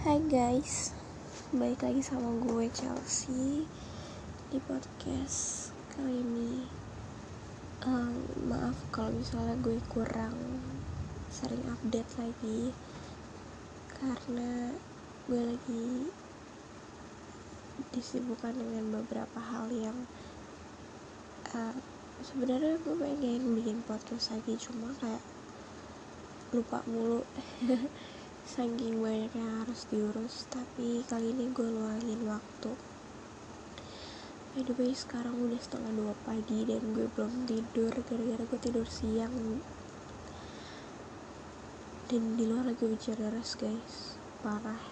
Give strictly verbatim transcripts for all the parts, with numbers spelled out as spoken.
Hai guys, balik lagi sama gue Chelsea di podcast kali ini. um, Maaf kalau misalnya gue kurang sering update lagi, karena gue lagi disibukkan dengan beberapa hal yang uh, sebenarnya gue pengen bikin podcast lagi, cuma kayak lupa mulu saking banyak yang harus diurus. Tapi kali ini gue luangin waktu. By the way, sekarang udah setengah dua pagi dan gue belum tidur gara-gara gue tidur siang dan di luar lagi hujan deras guys, parah.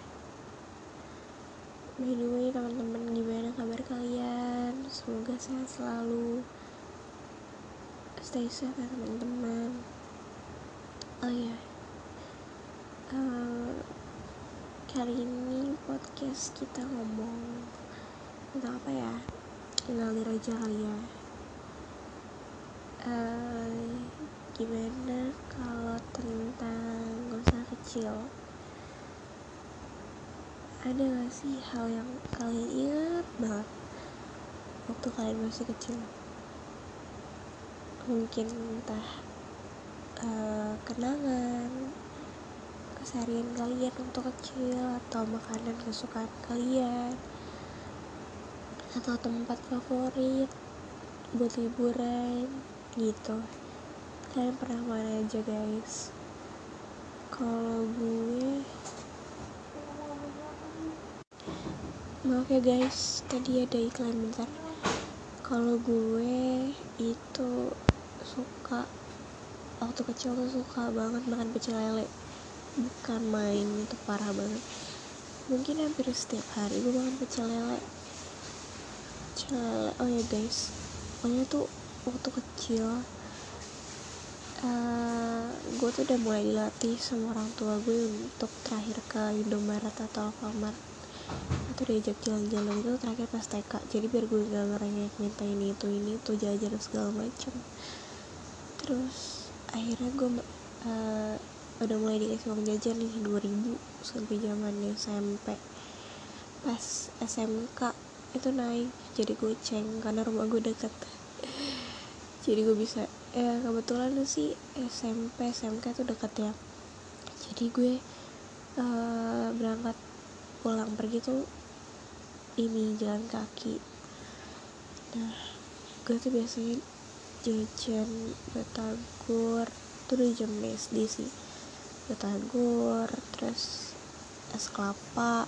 By the way, teman-teman, gimana kabar kalian? Semoga sehat selalu, stay safe ya teman-teman. Oh ya, uh, kali ini podcast kita ngomong tentang apa ya? Ngalir aja kali ya. Uh, gimana kalau tentang masa kecil? Ada gak sih hal yang kalian ingat banget waktu kalian masih kecil? Mungkin entah uh, kenangan keseharian kalian waktu kecil, atau makanan kesukaan kalian, atau tempat favorit buat liburan gitu. Kalian pernah mana aja guys? Kalau gue, maaf ya guys, tadi ada iklan bentar. Kalau gue itu suka, waktu kecil tuh suka banget makan pecel lele. Bukan main, itu parah banget. Mungkin hampir setiap hari gue makan pecel lele. Pecel lele, oh ya guys, pokoknya tuh waktu kecil uh, gue tuh udah mulai dilatih sama orang tua gue untuk terakhir ke Indomaret atau Alfamart, atau diajak jalan-jalan itu terakhir pas T K. Jadi biar gue gak ngerengek minta ini itu ini itu jajan segala macam. Terus akhirnya gue uh, udah mulai dikasih uang jajan nih dua ribu sampai zaman S M P. Pas S M K itu naik jadi goceng karena rumah gue deket. Jadi gue bisa, eh kebetulan sih S M P S M K tuh deket ya. Jadi gue uh, berangkat pulang pergi tuh ini jalan kaki. Nah, gue tuh biasanya jajan batagor, itu udah jam S D sih. Batagor, terus es kelapa,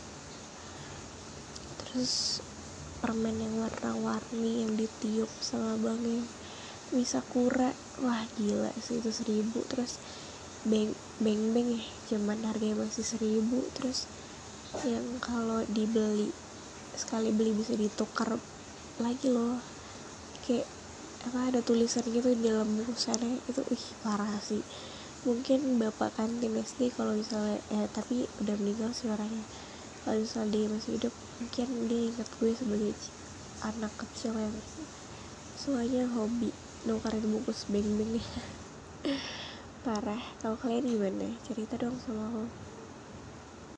terus permen yang warna-warni yang ditiup sama abangnya, Misakura, wah gila sih itu seribu. Terus beng beng beng ya, zaman harganya masih seribu. Terus yang kalau dibeli sekali beli bisa ditukar lagi loh, kayak apa, ada tulisan gitu di dalam bungkusannya. Itu ih parah sih. Mungkin bapak kantin S D kalau misalnya eh tapi udah meninggal sih orangnya, kalau misalnya dia masih hidup mungkin dia ingat gue sebagai anak kecil yang semuanya hobi nukarin bungkus beng-beng. Parah. Kalau kalian gimana? Cerita dong sama aku.